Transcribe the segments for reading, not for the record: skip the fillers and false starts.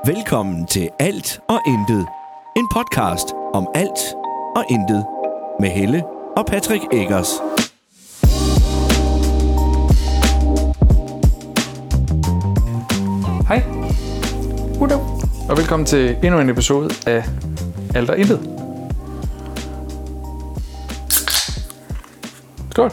Velkommen til Alt og Intet. En podcast om alt og intet. Med Helle og Patrick Eggers. Hej. Goddag. Og velkommen til endnu en episode af Alt og Intet. Skål.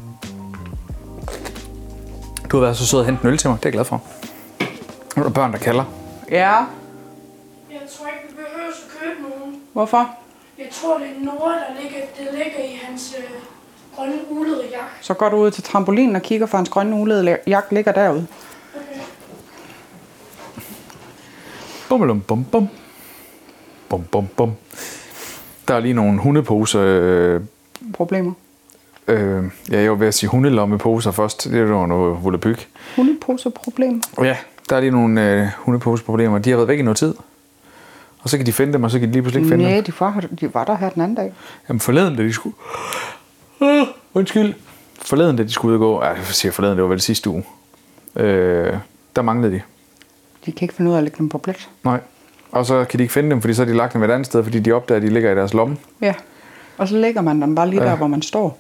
Du har været så sød at hente en øl til mig. Det er jeg glad for. Nu er der børn, der kalder. Ja. Jeg tror ikke, vi behøver at købe nogen. Hvorfor? Jeg tror, det er Nora, der ligger i hans grønne ulede jakke. Så går du ud til trampolinen og kigger, for hans grønne ulede jakke ligger derude. Okay. Bum, bum, bum. Bum, bum, bum. Der er lige nogle hundepose. Problemer. Jeg var ved at sige hundelommeposer først. Det er jo noget volapyk. Hundeposeproblem. Ja, der er lige nogle hundeposeproblemer. De har været væk i noget tid. Og så kan de finde dem, og så kan de lige pludselig ikke finde dem. Nej, de var der her den anden dag. Jamen forleden, da de skulle... Forleden, da de skulle ud og gå... Jeg siger forleden, det var vel sidste uge. Der manglede de. De kan ikke finde ud af at lægge dem på plads. Nej. Og så kan de ikke finde dem, fordi så har de lagt dem et andet sted, fordi de opdager, at de ligger i deres lomme. Ja. Og så lægger man dem bare lige der, hvor man står.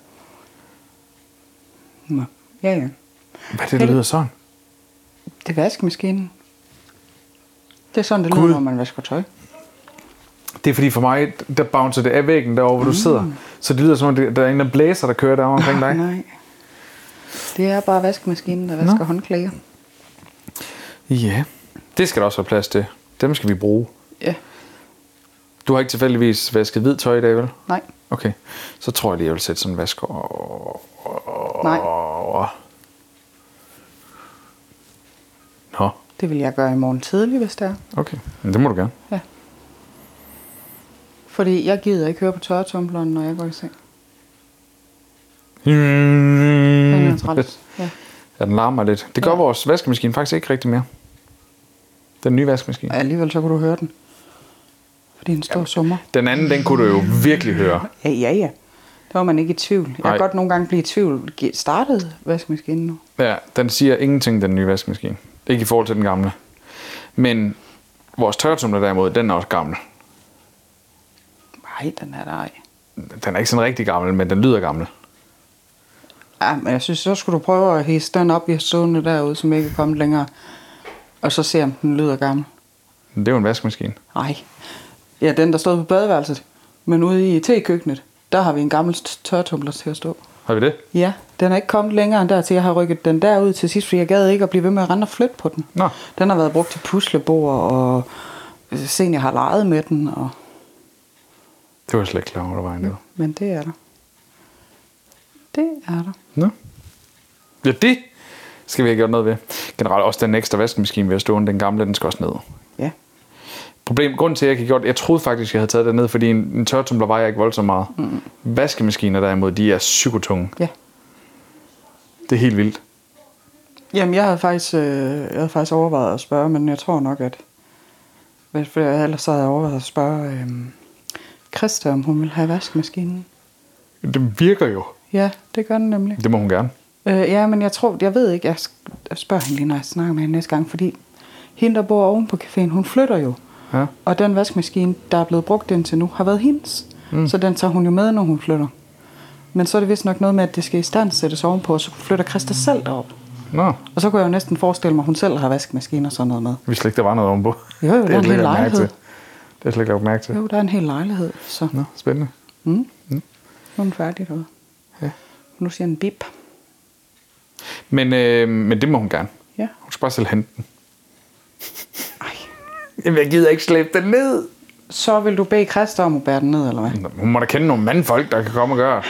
Nå. Ja. Hvad er det, der lyder sådan? Det er vaskemaskinen. Det er sådan, det lyder, når man vasker tøj. Det er fordi for mig, der bouncer det af væggen derovre, hvor du sidder. Så det lyder som om, der er en, der blæser, der kører derovre omkring dig. Nej. Det er bare vaskemaskinen, der vasker håndklæder. Ja, det skal der også være plads til. Dem skal vi bruge. Ja. Du har ikke tilfældigvis vasket hvid tøj i dag, vel? Nej. Okay, så tror jeg lige, jeg vil sætte sådan en vasker. Nej. Nå. Det vil jeg gøre i morgen tidlig, hvis det er. Okay, men det må du gerne. Ja. Fordi jeg gider ikke høre på tørretumbleren, når jeg går i seng. Den er træls. Ja. Ja, den larmer lidt. Det gør vores vaskemaskine faktisk ikke rigtig mere. Den nye vaskemaskine. Og alligevel så kunne du høre den. Fordi den står summer. Den anden, den kunne du jo virkelig høre. Ja. Der var man ikke i tvivl. Jeg kan godt nogle gange blive i tvivl. Startede vaskemaskinen nu? Ja, den siger ingenting, den nye vaskemaskine. Ikke i forhold til den gamle. Men vores tørretumbler derimod, den er også gammel. Nej, den er der ej. Den er ikke sådan rigtig gammel, men den lyder gammel. Ja, men jeg synes, så skulle du prøve at hisse den op i stående derude, som ikke er kommet længere. Og så se, om den lyder gammel. Det er jo en vaskemaskine. Nej. Ja, den der stod på badeværelset. Men ude i tekøkkenet, der har vi en gammel tørretumbler til at stå. Har vi det? Ja, den er ikke kommet længere end dertil. Jeg har rykket den derud til sidst, fordi jeg gad ikke at blive ved med at rende og flytte på den. Nå. Den har været brugt til puslebord, og senior har leget med den. Og... Det var slet ikke klar over, der var en. Men det er der. Det er der. Nå. Ja, det skal vi have gjort noget ved. Generelt også den ekstra vaskemaskine, vi har stående, den gamle, den skal også ned. Ja. Grunden til, at jeg ikke gjort, jeg troede faktisk, jeg havde taget det ned, fordi en tørretumbler vejer ikke voldsomt meget. Vaskemaskiner derimod, de er psykotunge. Ja. Det er helt vildt. Jamen, jeg havde faktisk overvejet at spørge, men jeg tror nok, at... For ellers havde jeg overvejet at spørge Christa, om hun ville have vaskemaskinen. Det virker jo. Ja, det gør den nemlig. Det må hun gerne. Ja, men jeg ved ikke, jeg spørger hende lige, når jeg snakker med hende næste gang, fordi hende, der bor oven på caféen, hun flytter jo. Ja. Og den vaskemaskine, der er blevet brugt indtil nu, har været hendes. Så den tager hun jo med, når hun flytter. Men så er det vist nok noget med, at det skal i stand sættes ovenpå, og så flytter Christa selv derop. Nå. Og så kunne jeg jo næsten forestille mig, at hun selv har vaskemaskine og sådan noget med. Vi slet ikke, der var noget ovenpå. Jo, der er en hel lejlighed. Det er slet ikke lagt mærke til. Jo, der er en hel lejlighed. Så. Nå, spændende. Nu er den færdig derude. Ja. Nu siger den bip. Men det må hun gerne. Ja. Hun skal bare selv hente den. Ej. Jamen, jeg gider ikke slæbe den ned. Så vil du bede Christa om at bære den ned, eller hvad? Hun må da kende nogle mandfolk, der kan komme og gøre.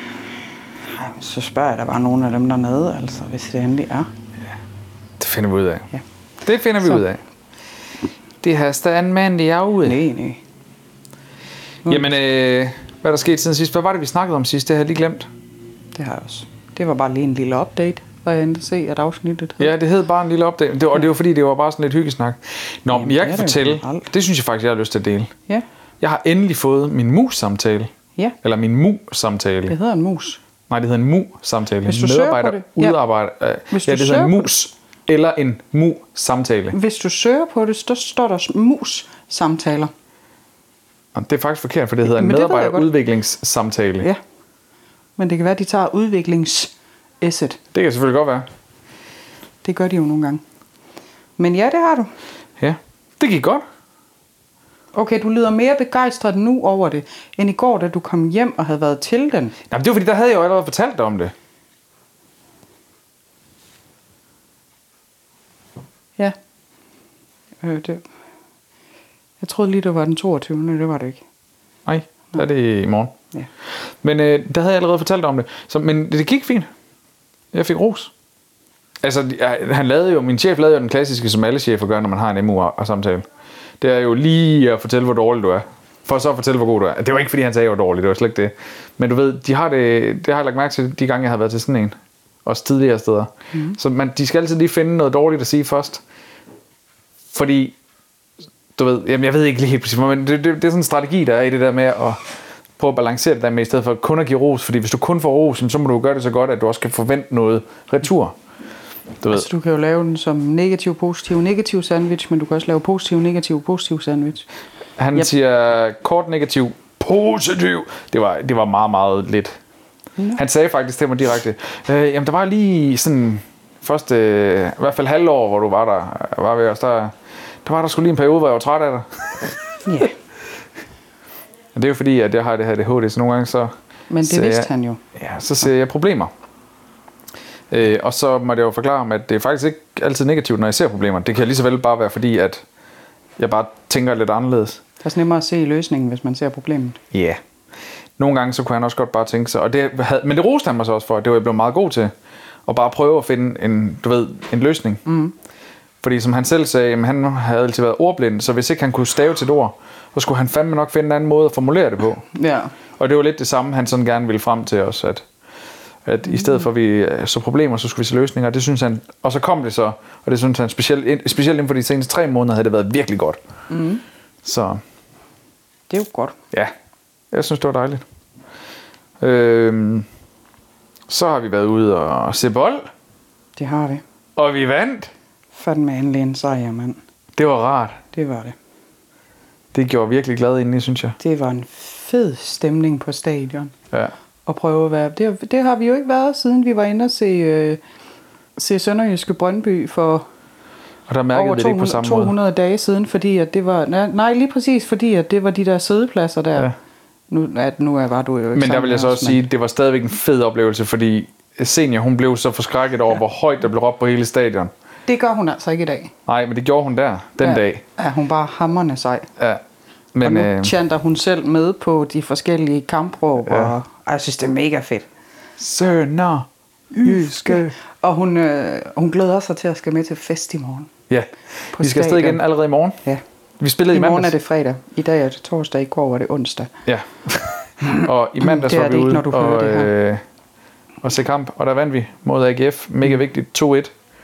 Så spørger jeg, der var nogle af dem dernede, altså, hvis det endelig er. Det finder vi ud af. Ja. Det finder vi ud af. Det har stadig en mand i ude. Nej. Jamen, hvad er der sket siden sidst? Hvad var det, vi snakkede om sidst? Det har jeg lige glemt. Det har jeg også. Det var bare lige en lille update, hvor jeg endte se, at afsnittet hed. Ja, det hed bare en lille update. Det var fordi, det var bare sådan lidt hyggesnak. Nå, jamen, jeg kan fortælle. Det synes jeg faktisk, jeg har lyst til at dele. Ja. Jeg har endelig fået min mus-samtale. Ja. Eller min mu-samtale. Det hedder en mus. Nej, det hedder en mu-samtale. Hvis du søger på det. Udarbejder. Hvis Ja, du det hedder en søger på mus. eller en mus-samtale. Hvis du søger på det, så står der mus-samtaler. Det er faktisk forkert, for det hedder en Men det ved jeg godt. medarbejderudviklingssamtale. Ja. Men det kan være, at de tager udviklings-esset. Det kan selvfølgelig godt være. Det gør de jo nogle gange. Men ja, det har du. Ja, det gik godt. Okay, du lyder mere begejstret nu over det, end i går, da du kom hjem og havde været til den. Jamen, det var fordi, der havde jeg jo allerede fortalt dig om det. Ja. Jeg troede lige, det var den 22. Men det var det ikke. Nej, der er det i morgen. Ja. Men der havde jeg allerede fortalt dig om det. Men det gik fint. Jeg fik ros. Altså, min chef lavede jo den klassiske, som alle chefer gør, når man har en MU og samtale. Det er jo lige at fortælle, hvor dårlig du er. For så at fortælle, hvor god du er. Det var ikke, fordi han sagde, at jeg var dårlig. Det var slet ikke det. Men du ved, det har jeg lagt mærke til, de gange, jeg har været til sådan en. Også tidligere steder. Mm. Så de skal altid lige finde noget dårligt at sige først. Fordi, du ved, jamen, jeg ved ikke lige helt præcis, men det er sådan en strategi, der er i det der med at prøve at balancere det der med, i stedet for kun at give ros. Fordi hvis du kun får ros, så må du gøre det så godt, at du også kan forvente noget retur. Du kan jo lave den som negativ sandwich, men du kan også lave positiv sandwich. Han siger kort negativ, positiv. Det var meget, meget lidt. Han sagde faktisk til mig direkte, jamen der var lige sådan første, i hvert fald halvår, hvor du var ved os, der var der sgu lige en periode, hvor jeg var træt af dig. Ja. Det er jo fordi, at jeg har det her ADHD, så nogle gange så... Men det vidste han jo. Ja, så ser jeg problemer. Og så må jeg jo forklare ham, at det er faktisk ikke altid negativt, når jeg ser problemer. Det kan lige så vel bare være fordi, at jeg bare tænker lidt anderledes. Det er nemmere at se løsningen, hvis man ser problemet. Ja. Yeah. Nogle gange så kunne han også godt bare tænke sig, men det roste han mig så også for, det var jeg blevet meget god til, at bare prøve at finde en løsning. Mm. Fordi som han selv sagde, jamen, han havde altid været ordblind, så hvis ikke han kunne stave til et ord, så skulle han fandme nok finde en anden måde at formulere det på. Ja. Og det var lidt det samme, han sådan gerne ville frem til os, at i stedet for at vi så problemer, så skulle vi se løsninger. Det synes han, og så kom det så, og det synes han specielt inden for de seneste 3 måneder havde det været virkelig godt. Mm. Så det er jo godt. Ja, jeg synes det var dejligt. Så har vi været ude og se bold. Det har vi. Og vi vandt. Fandme endelig en sejr, mand. Det var rart. Det var det. Det gjorde virkelig glad indeni, synes jeg. Det var en fed stemning på stadion. Ja. Og prøve at være... Det har vi jo ikke været, siden vi var inde og se Sønderjyske Brøndby for og der mærkede over 200 dage siden, fordi at det var... Nej, lige præcis, fordi at det var de der sædepladser der. Ja. Nu var du jo ikke. Men der vil jeg så også sige, at det var stadigvæk en fed oplevelse, fordi Senior, hun blev så forskrækket over, hvor højt der blev råbt på hele stadion. Det gør hun altså ikke i dag. Nej, men det gjorde hun der, den dag. Ja, hun bare hamrende sej. Ja. Men, og nu chanter hun selv med på de forskellige kampråb, og jeg synes, det er mega fedt. Sønderjyske. Og hun glæder sig til at skal med til fest i morgen. Ja, vi skal afsted igen allerede i morgen. Ja. Vi spillede i mandags. I morgen er det fredag. I dag er det torsdag, i går var det onsdag. Ja. Og i mandags var vi ude ikke, og se kamp, og der vandt vi mod AGF. Mega vigtigt, 2-1.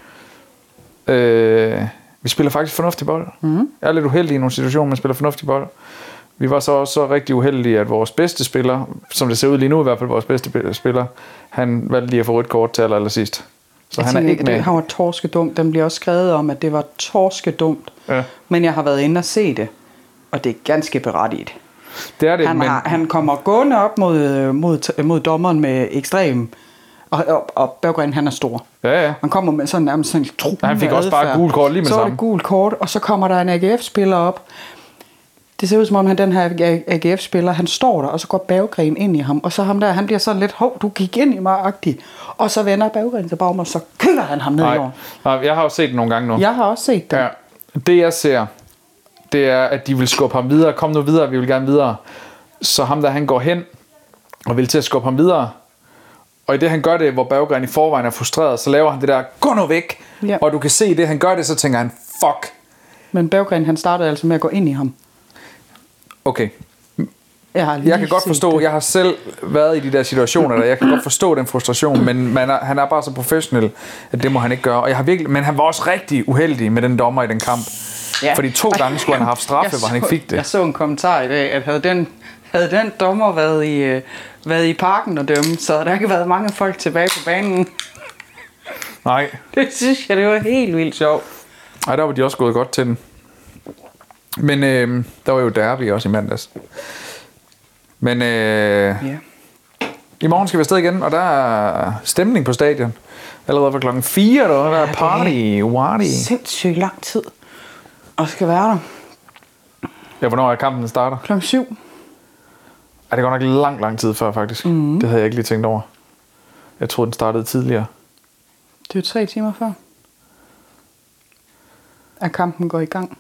Vi spiller faktisk fornuftig bold. Jeg er lidt uheldig i nogle situationer, men spiller fornuftig bold. Vi var så også rigtig uheldige, at vores bedste spiller, som det ser ud lige nu i hvert fald, vores bedste spiller, han valgte lige at få rødt kort til allersidst. Så han er ikke med. Han var torskedumt. Den bliver også skrevet om, at det var torskedumt. Ja. Men jeg har været inde og se det, og det er ganske berettiget. Det er det, han kommer gående op mod dommeren med ekstrem, og Berggren, han er stor. Ja. Han kommer med sådan nærmest sådan en han fik også bare gul kort lige med så sammen. Så er det gul kort, og så kommer der en AGF-spiller op. Det ser ud som om, den her AGF-spiller, han står der, og så går Berggren ind i ham. Og så ham der, han bliver sådan lidt, hov, du gik ind i mig-agtig. Og så vender Berggren sig bagom, og så kigger han ham ned i jorden. Nej, jeg har jo set det nogle gange nu. Jeg har også set det. Ja. Det jeg ser, det er, at de vil skubbe ham videre. Kom nu videre, vi vil gerne videre. Så ham der, han går hen og vil til at skubbe ham videre. Og i det han gør det, hvor Berggren i forvejen er frustreret, så laver han det der, gå nu væk. Ja. Og du kan se det, han gør det, så tænker han, fuck. Men Berggren, han startede altså med at gå ind i ham. Okay. Jeg kan godt forstå, det. Jeg har selv været i de der situationer, der jeg kan godt forstå den frustration, men han er bare så professionel, at det må han ikke gøre. Og men han var også rigtig uheldig med den dommer i den kamp. Ja. Fordi 2 gange skulle han have haft straffe, hvor han ikke fik det. Jeg så en kommentar i dag, at havde den dommer været i parken og dømme, så havde der ikke været mange folk tilbage på banen. Nej. Det synes jeg, det var helt vildt sjovt. Nej, der var de også gået godt til den. Men der var jo derby også i mandags. Men Ja. i morgen skal vi afsted igen, og der er stemning på stadion. Allerede fra klokken 4, der er party. Warty. Sindssygt lang tid. Og skal være der. Ja, hvornår er kampen starter? Klokken 7. Er det godt nok lang tid før, faktisk. Det havde jeg ikke lige tænkt over. Jeg troede, den startede tidligere. Det er jo 3 timer før. At kampen går i gang.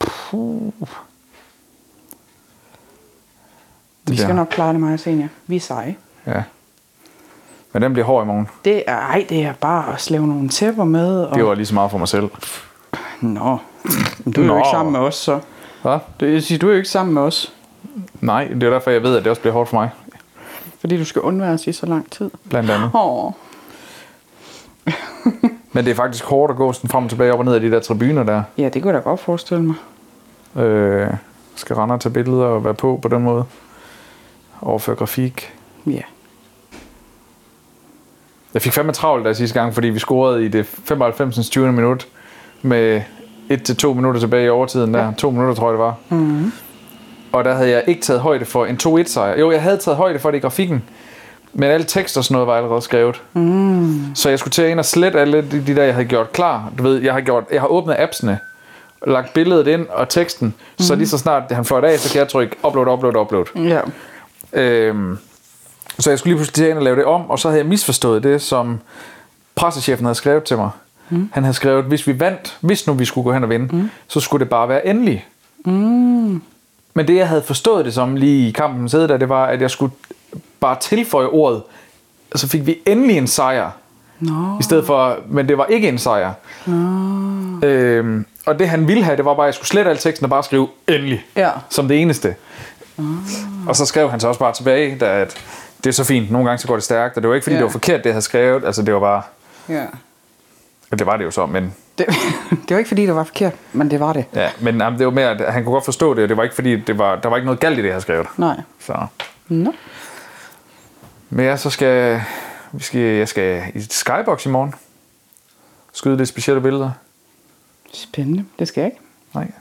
Vi skal nok klare det, mig og Senja. Vi er seje. Ja. Men den bliver hård i morgen. Det er bare at slæve nogle tæpper med. Og... Det var lige så meget for mig selv. Nå. Du er jo ikke sammen med os, så. Hvad? Du er jo ikke sammen med os. Nej, det er derfor, jeg ved, at det også bliver hårdt for mig. Fordi du skal undvære os i så lang tid. Blandt andet. Åh. Men det er faktisk hårdt at gå sådan frem og tilbage op og ned af de der tribuner der. Ja, det kunne jeg da godt forestille mig. Skal rende og tage billeder og være på den måde. Overføre grafik. Ja. Jeg fik fandme travlt der sidste gang, fordi vi scorede i det 95. 20. minut med 1-2 minutter tilbage i overtiden der. 2 minutter, tror jeg det var. Mm-hmm. Og der havde jeg ikke taget højde for en 2-1 sejr. Jo, jeg havde taget højde for det i grafikken. Men alle tekster og sådan noget var allerede skrevet. Så jeg skulle til at ind og slette alle de der, jeg havde gjort klar. Du ved, jeg har åbnet appsene, lagt billedet ind og teksten. Så lige så snart han fløjt af, så kan jeg trykke upload. Ja. Så jeg skulle lige pludselig til at ind og lave det om. Og så havde jeg misforstået det, som pressechefen havde skrevet til mig. Han havde skrevet, hvis nu vi skulle gå hen og vinde, så skulle det bare være endelig. Men det jeg havde forstået det som lige i kampen der, det var, at jeg skulle bare tilføje ordet, og så fik vi endelig en sejr. I stedet for, men det var ikke en sejr. Og det han ville have, det var bare, at jeg skulle slette al teksten og bare skrive endelig, som det eneste. Og så skrev han så også bare tilbage, at det er så fint, nogle gange så går det stærkt, og det var ikke fordi, det var forkert, det jeg havde skrevet, altså det var bare, det var det jo så, men... Det var ikke fordi, det var forkert, men det var det. Ja, men det var mere, at han kunne godt forstå det, og det var ikke fordi, der var ikke noget galt i det, jeg havde skrevet. Nej. Så. Nå. Men ja, så skal jeg skal i Skybox i morgen. Skyde lidt specielle billeder. Spændende. Det skal jeg ikke. Nej.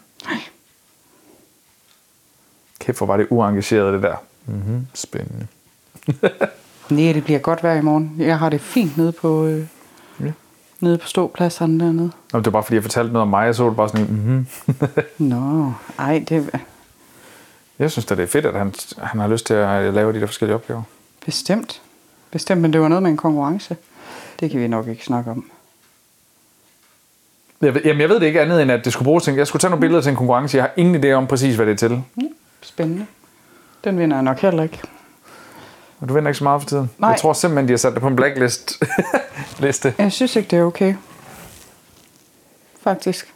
Kæft, hvor var det uengageret, det der. Spændende. Nej, det bliver godt vejr i morgen. Jeg har det fint nede på... Nede på ståpladserne dernede. Nå, det var bare fordi, jeg fortalte noget om mig, og så var det bare sådan Nå, ej, det... Jeg synes da, det er fedt, at han har lyst til at lave de der forskellige opgaver. Bestemt, men det var noget med en konkurrence. Det kan vi nok ikke snakke om. Jeg ved det ikke andet, end at det skulle bruges til... Jeg skulle tage nogle billeder til en konkurrence. Jeg har ingen idé om præcis, hvad det er til. Spændende. Den vinder jeg nok heller ikke. Og du vinder ikke så meget for tiden? Nej. Jeg tror simpelthen, de har sat det på en blacklist. liste. Jeg synes ikke, det er okay. Faktisk.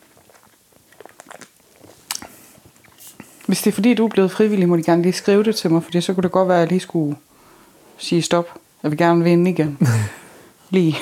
Hvis det er fordi, du er blevet frivillig, må de gerne lige skrive det til mig, for så kunne det godt være, at jeg lige skulle sige stop. Jeg vil gerne vinde igen. Lige.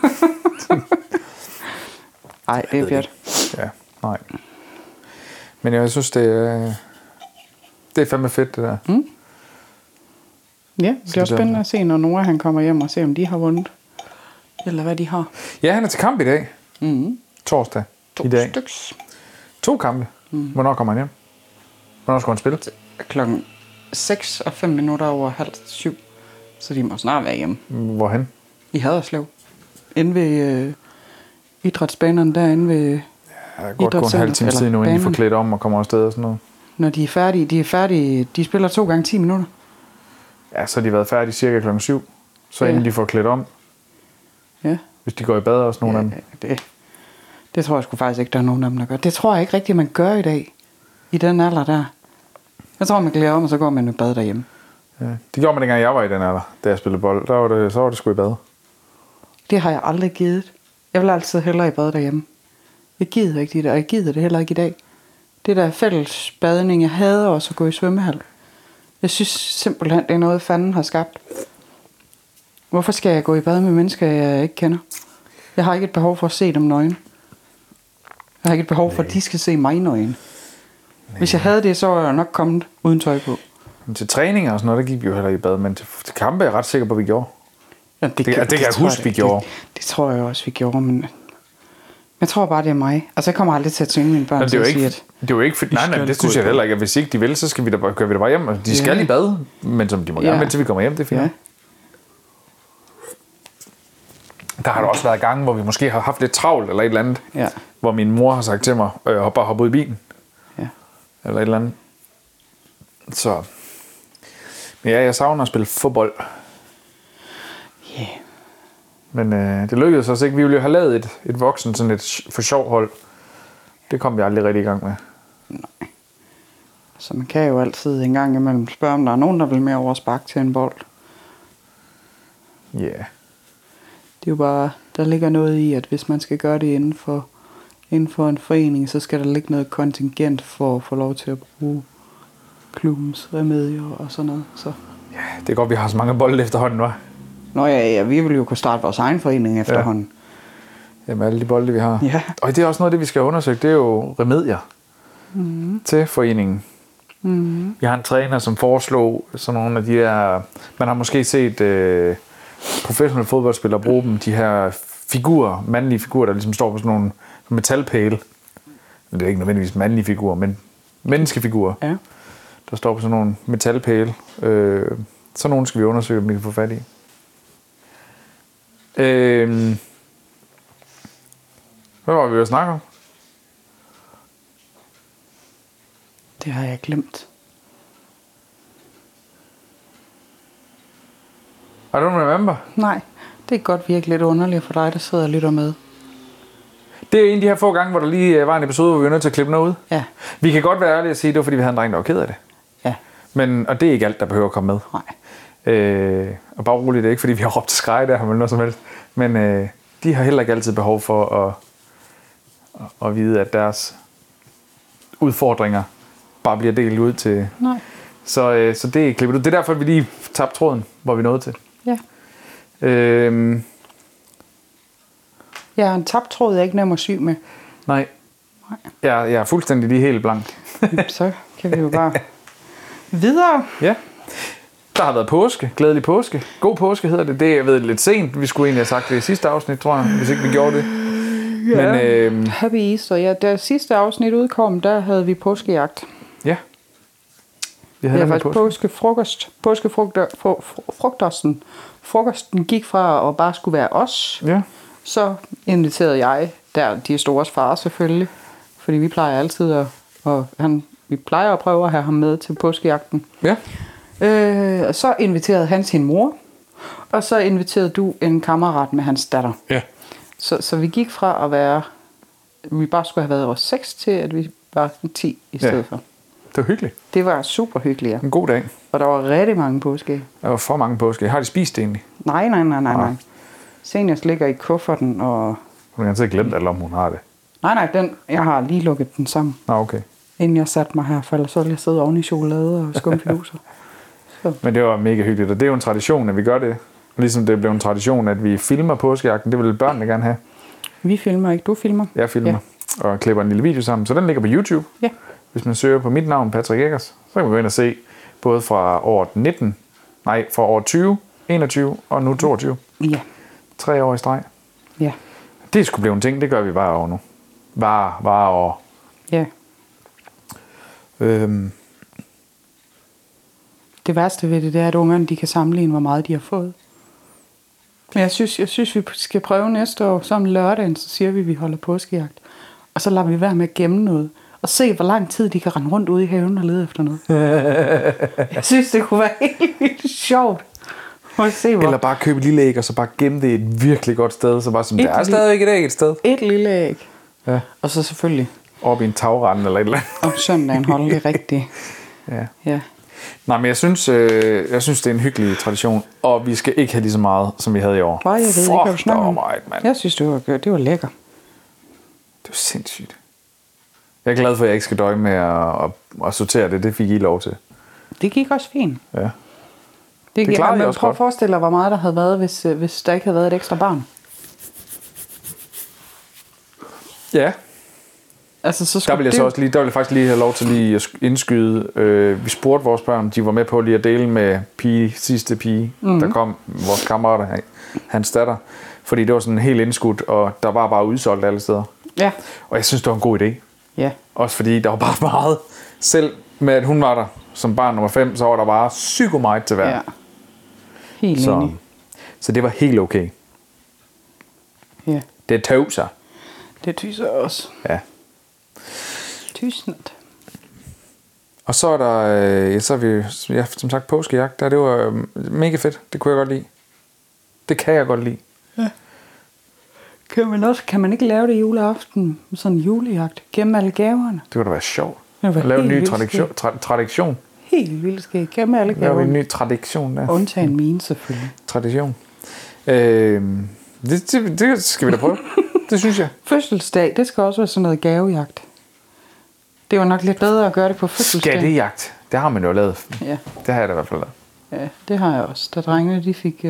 Ej, det er pjat. Ja, nej. Men jeg synes, det er fandme fedt, det der. Ja, det er også spændende at se, når Nora han kommer hjem og se, om de har vundet. Eller hvad de har. Ja, han er til kamp i dag. Torsdag. 2 i dag. styks. 2 kampe. Hvornår kommer han hjem? Hvornår skal han spille? Klokken 6 og 5 minutter over 6:30. Så de må snart være hjemme. Hvorhen? I Haderslev. Inde ved idrætsbanerne derinde ved Ja, godt gå en halv time tid nu, inden de får klædt om og kommer afsted og sådan noget. Når de er færdige, de spiller 2 gange 10 minutter. Ja, så har de været færdige cirka klokken 7. Så inden de får klædt om. Ja. Hvis de går i bad også, nogle af dem. Det tror jeg sgu faktisk ikke, der er nogen af dem, der gør. Det tror jeg ikke rigtigt, man gør i dag. I den alder der. Jeg tror, man klæder om, og så går man i bad derhjemme. Ja. Det gjorde man dengang, jeg var i den alder, da jeg spillede bold. Så var det sgu i bad. Det har jeg aldrig givet. Jeg vil altid hellere i bad derhjemme. Jeg gider ikke det der, og jeg gider det heller ikke i dag. Det der fælles badning, jeg hader også at gå i svømmehal. Jeg synes simpelthen, det er noget, fanden har skabt. Hvorfor skal jeg gå i bad med mennesker, jeg ikke kender? Jeg har ikke et behov for at se dem nøgen. Jeg har ikke et behov for, at de skal se mig nøgen. Hvis jeg havde det, så var jeg nok kommet uden tøj på. Men til træninger og sådan noget, der gik vi jo heller i bad. Men til kampe er jeg ret sikker på, at vi gjorde. Ja, det kan jeg huske, vi gjorde. Det tror jeg også, vi gjorde, men jeg tror bare, det er mig. Altså, jeg kommer aldrig til at tvinge mine børn til at sige, at... Det er jo ikke... Nej, det synes jeg heller ikke. Hvis ikke de vil, så skal vi da bare køre bare hjem. De skal i bad, men som de må gerne, til vi kommer hjem, det er fint. Ja. Der har der også været gange, hvor vi måske har haft lidt travlt eller et eller andet. Ja. Hvor min mor har sagt til mig, bare hoppe ud i bilen. Ja. Eller et eller andet. Så... Men ja, jeg savner at spille fodbold. Ja. Yeah. Men det lykkedes os ikke. Vi ville jo have lavet et voksen, sådan et for sjov hold. Det kom vi aldrig rigtig i gang med. Nej. Så man kan jo altid en gang imellem spørge, om der er nogen, der vil mere over spark til en bold. Ja. Yeah. Det er jo bare, der ligger noget i, at hvis man skal gøre det inden for en forening, så skal der ligge noget kontingent for at få lov til at bruge klubbens remedier og sådan noget. Så. Ja, det er godt, vi har så mange bolde efterhånden, hva'? Nå ja, vi vil jo kunne starte vores egen forening efterhånden. Ja. Jamen alle de bolde, vi har. Ja. Og det er også noget af det, vi skal undersøge. Det er jo remedier til foreningen. Vi har en træner, som foreslog sådan nogle af de her... Man har måske set professionelle fodboldspillere bruge dem, de her figurer, mandlige figurer, der ligesom står på sådan nogle metalpæle. Det er ikke nødvendigvis mandlige figurer, men menneskefigurer. Ja. Der står på sådan nogle metalpæle. Sådan nogle skal vi undersøge, om vi kan få fat i. Hvad var vi at snakke om? Det har jeg glemt. I don't remember. Nej, det er godt virkelig lidt underligt for dig, der sidder og lytter med. Det er en af de her få gange, hvor der lige var en episode, hvor vi var nødt til at klippe noget ud. Ja. Vi kan godt være ærlige at sige, at det var fordi, vi havde en dreng, der var ked af det. Ja. Og det er ikke alt, der behøver at komme med. Nej. Og bare roligt, det er ikke fordi, vi har råbt til skræk der, eller noget som helst. Men de har heller ikke altid behov for at vide, at deres udfordringer bare bliver delt ud til... Nej. Så det er klippet ud. Det er derfor, vi lige tabte tråden, hvor vi nåede til. Ja. Ja, en tabt tråd er ikke nem at sy med. Nej. Jeg er fuldstændig lige helt blank. Så kan vi jo bare videre. Ja. Der har været påske. Glædelig påske. God påske hedder det. Det er, jeg ved, lidt sent. Vi skulle egentlig have sagt det i sidste afsnit, tror jeg, hvis ikke vi gjorde det. Ja. Men, Happy Easter. Ja, da sidste afsnit udkom, der havde vi påskejagt. Ja. Vi havde faktisk påskefrokost. Frokosten gik fra at bare skulle være os. Ja. Så inviterede jeg, de stores far selvfølgelig, fordi vi plejer altid vi plejer at prøve at have ham med til påskejagten. Ja. Så inviterede han sin mor, og så inviterede du en kammerat med hans datter. Ja. Så vi gik fra at være, vi bare skulle have været over 6 til, at vi var 10 i stedet for. Det var hyggeligt. Det var super hyggeligt, ja. En god dag. Og der var rigtig mange påskeæg. Der var for mange påskeæg. Har de spist det egentlig? Nej. Seniors ligger i kufferten, og... Hun har altid glemt, eller om hun har det. Nej, jeg har lige lukket den sammen. Okay. Inden jeg satte mig her, for ellers ville jeg sidde oven i chokolade og skumfiduser. Men det var mega hyggeligt, og det er jo en tradition, at vi gør det. Ligesom det blev en tradition, at vi filmer påskejagten. Det vil børnene gerne have. Vi filmer ikke, du filmer. Jeg filmer, og klipper en lille video sammen. Så den ligger på YouTube. Ja. Hvis man søger på mit navn, Patrick Eggers, så kan man gå ind og se både fra fra år 20, 21 og nu 22. Ja. 3 år i streg. Ja. Det skulle blive en ting, det gør vi bare år nu. Bare år. Ja. Det værste ved det er, at ungerne de kan sammenligne, hvor meget de har fået. Men jeg synes, vi skal prøve næste år, så om lørdagen, så siger vi holder påskejagt. Og så lader vi være med at gemme noget. Og se, hvor lang tid de kan rende rundt ude i haven og lede efter noget. Jeg synes, det kunne være helt vildt sjovt. Eller bare købe et lille æg, og så bare gemme det et virkelig godt sted. Så bare som, der er stadig et æg et sted. Et lille æg. Ja. Og så selvfølgelig. Oppe i en tagrende eller et eller andet. Om søndagen holde det rigtigt. Ja. Nej, men jeg synes, det er en hyggelig tradition. Og vi skal ikke have lige så meget, som vi havde i år. Jeg ved ikke, hvad du snakker om. Jeg synes, det var lækker. Det var sindssygt. Jeg er glad for, at jeg ikke skal døje med at sortere det. Det fik I lov til. Det gik også fint. Ja. Det klarede jeg også godt. Prøv at forestille dig, hvor meget der havde været, hvis der ikke havde været et ekstra barn. Ja. Altså, så Der skulle vil jeg så også lige, der vil jeg faktisk lige have lov til lige at indskyde. Vi spurgte vores børn, de var med på lige at dele med sidste pige, der kom, vores kammerat, hans datter. Fordi det var sådan helt indskudt, og der var bare udsolgt alle steder. Ja. Og jeg synes, det var en god idé. Ja. Også fordi der var bare meget. Selv med at hun var der som barn nummer 5, så var der bare psyko meget til hver. Ja. Helt enig. Så det var helt okay. Ja. Det tog sig. Det tyser også. Ja. Tysnet. Og så er der, så er vi, ja, som sagt, påskejagt. Det var mega fedt. Det kunne jeg godt lide. Det kan jeg godt lide. Ja. Kan man ikke lave det juleaften? Sådan en julejagt. Gemme alle gaverne. Det kunne da være sjovt. Det var At lave en helt ny vildt tradition. Helt vildt skægt. Gemme alle Lave en gaverne. ny tradition der. Undtagen mine selvfølgelig. Tradition. Det skal vi da prøve. Det synes jeg. Fødselsdag, det skal også være sådan noget gavejagt. Det var nok lidt bedre at gøre det på fødselsdag. Skattejagt. Det har man jo lavet. Ja. Det har jeg da i hvert fald lavet. Ja, det har jeg også. Da drengene,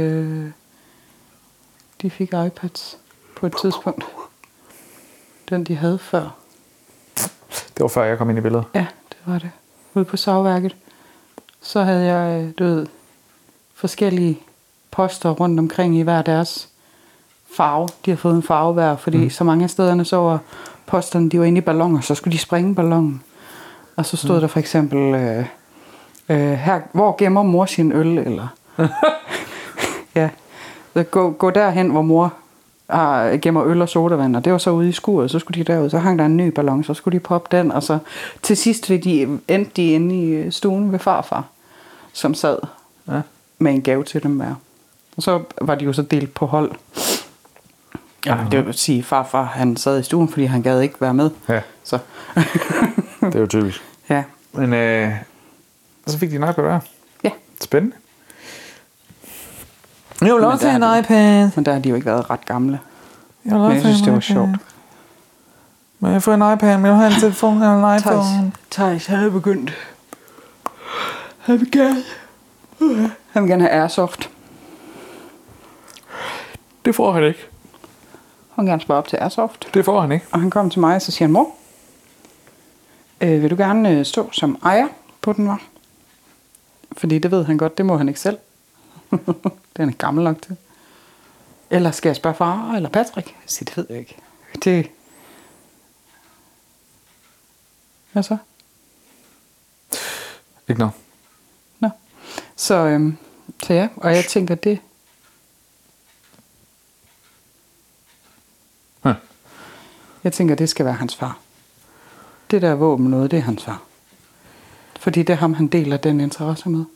de fik iPads på et tidspunkt. Den, de havde før. Det var før jeg kom ind i billedet. Ja, det var det. Ude på savværket. Så havde jeg, forskellige poster rundt omkring i hver deres farve. De har fået en farve hver, fordi så mange af stederne så var posterne, de var inde i balloner, så skulle de springe ballonen. Og så stod der for eksempel, her, hvor gemmer mor sin øl, eller ja, gå derhen, hvor mor gemmer øl og sodavand, og det var så ude i skuret, så skulle de derud, så hang der en ny ballon, så skulle de poppe den, og så til sidst endte de inde i stuen ved farfar, som sad med en gave til dem hver. Og så var de jo så delt på hold. Ja, det vil sige, farfar han sad i stuen, fordi han gad ikke være med. Ja. Så. Det er jo typisk. Ja. Men så fik de en iPad der. Ja. Spændende. Jeg vil også have en iPad. Men der har de jo ikke været ret gamle. Men jeg synes, det var sjovt. Men jeg får en iPad, men jeg vil have en telefon eller en iPhone. Thijs havde begyndt. Han vil gerne have Airsoft. Det får han ikke. Han vil gerne spørge op til Airsoft. Det får han ikke. Og han kom til mig, og så siger han, mor, vil du gerne stå som ejer på den, var? Fordi det ved han godt, det må han ikke selv. Det er han ikke gammel nok til. Eller skal jeg spørge far eller Patrick? Jeg siger, det ved jeg ikke. Det... Hvad så? Ikke noget. Nå. Så ja, og jeg tænker, det... Jeg tænker, det skal være hans far. Det der våben noget, det er hans far. Fordi det er ham, han deler den interesse med.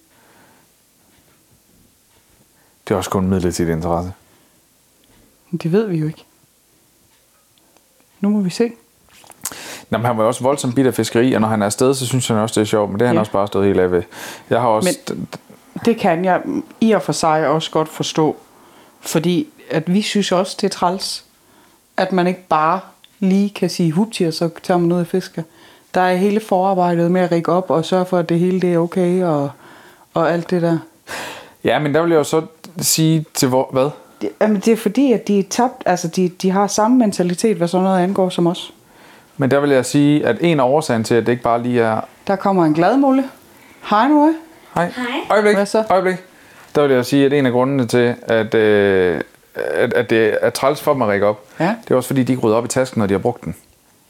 Det er også kun midlertidig interesse. Men det ved vi jo ikke. Nu må vi se. Nå, men han var jo også voldsomt bidt af fiskeri, og når han er afsted, så synes han også, det er sjovt. Men det har han også bare stået helt af ved. Jeg har også... Men det kan jeg i og for sig også godt forstå. Fordi at vi synes også, det er træls. At man ikke bare lige kan sige hupti, og så tager man ud og fisker. Der er hele forarbejdet med at rikke op og sørge for, at det hele det er okay og alt det der. Ja, men der vil jeg jo så sige til hvad? Jamen det er fordi, at de er tabt, altså de har samme mentalitet, hvad sådan noget angår som os. Men der vil jeg sige, at en af årsagen til, at det ikke bare lige er... Der kommer en gladmulle. Hej nu. Hej. Hej. Øjeblik. Der vil jeg sige, at en af grundene til, at det er træls for dem at række op, det er også fordi, de ikke rydder op i tasken, når de har brugt den.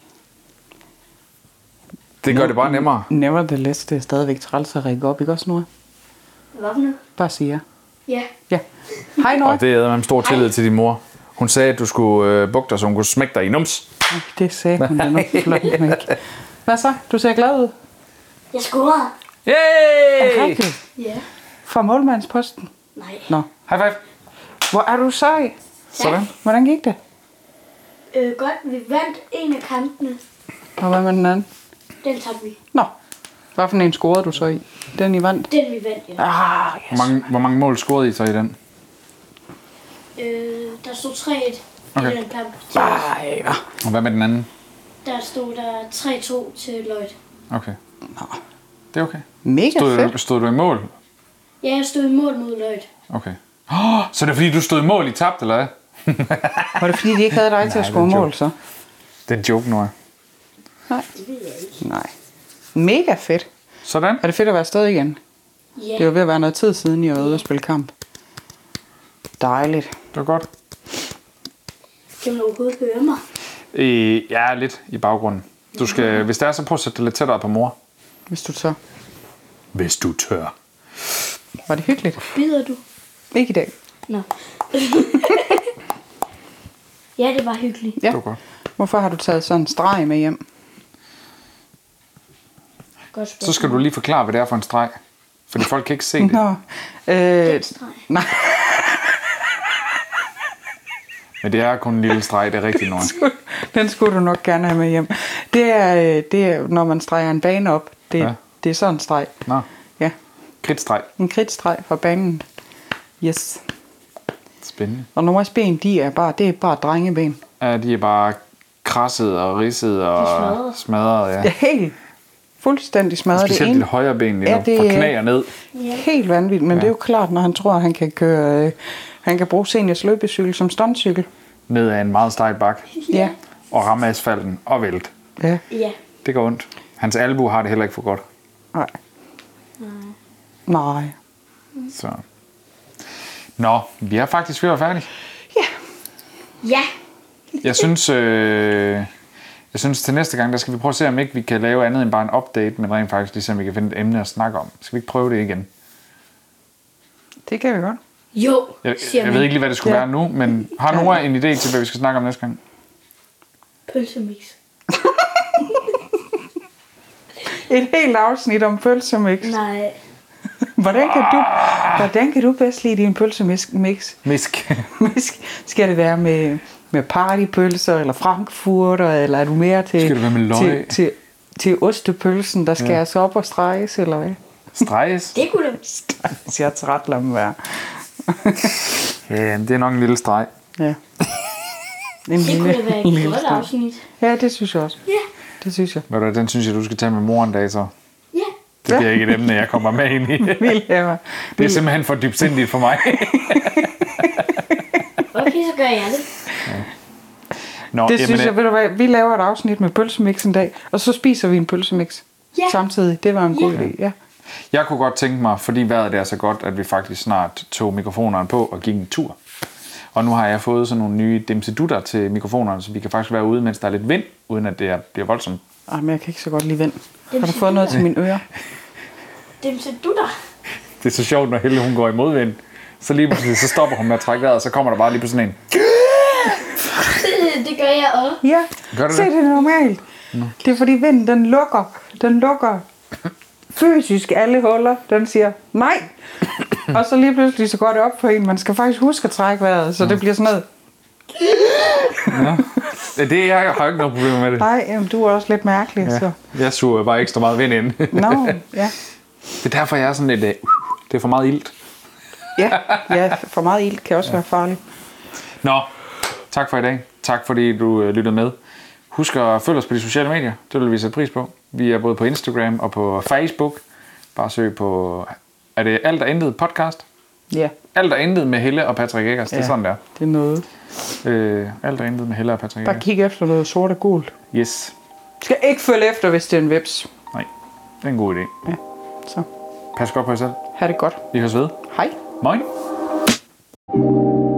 Det gør det bare nemmere. Nevertheless, det er stadigvæk træls at række op, ikke også, Nora? Hvad for noget? Bare sig ja. Ja. Ja. Hej, Nora. Og det er med stor tillid til din mor. Hun sagde, at du skulle bukke dig, så hun kunne smække dig i nums. Det sagde hun da nok flot ikke. Hvad så? Du ser glad ud. Jeg scorede. Yay! Ja. Fra målmandsposten. Nej. Nå. High five. Hvor er du sej? Sådan. Hvordan gik det? Godt, vi vandt en af kampene. Og hvad med den anden? Den tabte vi. Nå. Hvad for en scorede du så i? Den I vandt? Den vi vandt, ja. Yes. Hvor mange mål scorede I så i den? Der stod 3-1 Okay. i den kamp. Ej, ja. Og hvad med den anden? Der stod der 3-2 til Lloyd. Okay. Det er okay. Mega fedt. Stod du i mål? Ja, jeg stod i mål mod Lloyd. Okay. Så det er fordi, du stod i mål i tabt, eller hvad? Var det fordi, de ikke havde dig til at score mål, så? Det er en joke, Nora. Nej. Det ved jeg ikke. Nej. Mega fedt. Sådan. Er det fedt at være afsted igen? Ja. Det er jo ved at være noget tid siden, I var ude at spille kamp. Dejligt. Det var godt. Kan man overhovedet høre mig? Ja, lidt i baggrunden. Du skal, hvis det er, så prøv at sætte det lidt tættere på mor. Hvis du tør. Hvis du tør. Var det hyggeligt? Bider du? Ikke i dag. Nå. Ja, det var hyggeligt. Ja. Det var godt. Hvorfor har du taget sådan en streg med hjem? Godt spørgsmål. Så skal du lige forklare, hvad det er for en streg. Fordi folk kan ikke se det. Nå. Streg. Nej. Men det er kun en lille streg, det er rigtigt, Nora. Den skulle du nok gerne have med hjem. Det er når man streger en bane op. Det er sådan en streg. Nå, Ja. kridtstreg. En kridtstreg fra banen. Yes. Spændende. Og Noras ben, det er bare drengeben. Ja, de er bare krasset og ridset og smadret, ja. Det er helt fuldstændig smadret. Specielt det højre ben lige nu, Ja, det fra er- knæ og ned. Helt vanvittigt, men det er jo klart, når han tror, at han kan køre... han kan bruge seniors løbecykel som stuntcykel. Ned ad en meget stejl bak. Ja. Og ramme asfalten og vælte. Ja. Ja. Det går ondt. Hans albu har det heller ikke for godt. Nej. Nej. Så. Nå, vi er faktisk ved at være færdige. Ja. Jeg synes til næste gang, der skal vi prøve at se, om ikke vi kan lave andet end bare en update, men rent faktisk ligesom vi kan finde et emne at snakke om. Skal vi ikke prøve det igen? Det kan vi godt. Jo, Jeg siger ved man. ikke lige, hvad det skulle Ja. være nu, men har Nora en idé til, hvad vi skal snakke om næste gang? Pølsemix. Et helt afsnit om pølsemix. Nej. Hvordan kan du bedst lide din pølsemix? Misk. Skal det være med partypølser eller frankfurter, eller er du mere til, Skal det være med løg? til ostepølsen, der skæres op og streges, eller hvad? Streges? Det kunne det. Jeg tager ret lad mig være. Ja, det er nok en lille streg. Ja. Det kunne da være et godt afsnit. Ja, det synes jeg også. Ja. Det synes jeg. Ved du, den synes jeg, du skal tage med mor en dag, så. Ja. Det bliver ikke et emne, jeg kommer med ind i. Vil jeg. Det er simpelthen for dybsindigt for mig. Okay, så gør jeg det. Nå, Det synes jeg, ved du hvad, vi laver et afsnit med pølsemix en dag, og så spiser vi en pølsemix Ja. samtidig. Det var en god idé, ja. Jeg kunne godt tænke mig, fordi vejret er så godt, at vi faktisk snart tog mikrofonerne på og gik en tur. Og nu har jeg fået sådan nogle nye dimsedutter til mikrofonerne, så vi kan faktisk være ude, mens der er lidt vind, uden at det bliver voldsomt. Ej, men jeg kan ikke så godt lide vind. Har du fået noget til mine ører? Dem ser du der. Det er så sjovt, når Helle hun går i modvind. Så lige pludselig så stopper hun med at trække vejret, og så kommer der bare lige på sådan en. Det gør jeg også. Ja, Gør det se det? det er normalt. Det er fordi vinden, den lukker fysisk alle huller. Den siger nej. Og så lige pludselig så går det op for en. Man skal faktisk huske at trække vejret, så det bliver sådan noget. Ja, det jeg har ikke noget problem med det. Nej, jamen, du er også lidt mærkelig. Ja. Så. Jeg suger bare ekstra meget vind ind. Nå, ja. Det er derfor, jeg er sådan lidt. Det er for meget ilt. Ja, for meget ild kan også være farligt. Nå, tak for i dag. Tak fordi du lyttede med. Husk at følge os på de sociale medier. Det vil vi sætte pris på. Vi er både på Instagram og på Facebook. Bare søg på... Er det Alt og Intet podcast? Ja, Alt og Intet med Helle og Patrick Eggers. Det er sådan der. det er noget. Alt og Intet med Helle og Patrick Bare Eggers. kig efter noget sort og gult. Yes. Skal ikke følge efter, hvis det er en veps. Nej, det er en god idé. Ja, så Pas godt på jer selv. ha' det godt. Vi høres ved. Hej. Moin.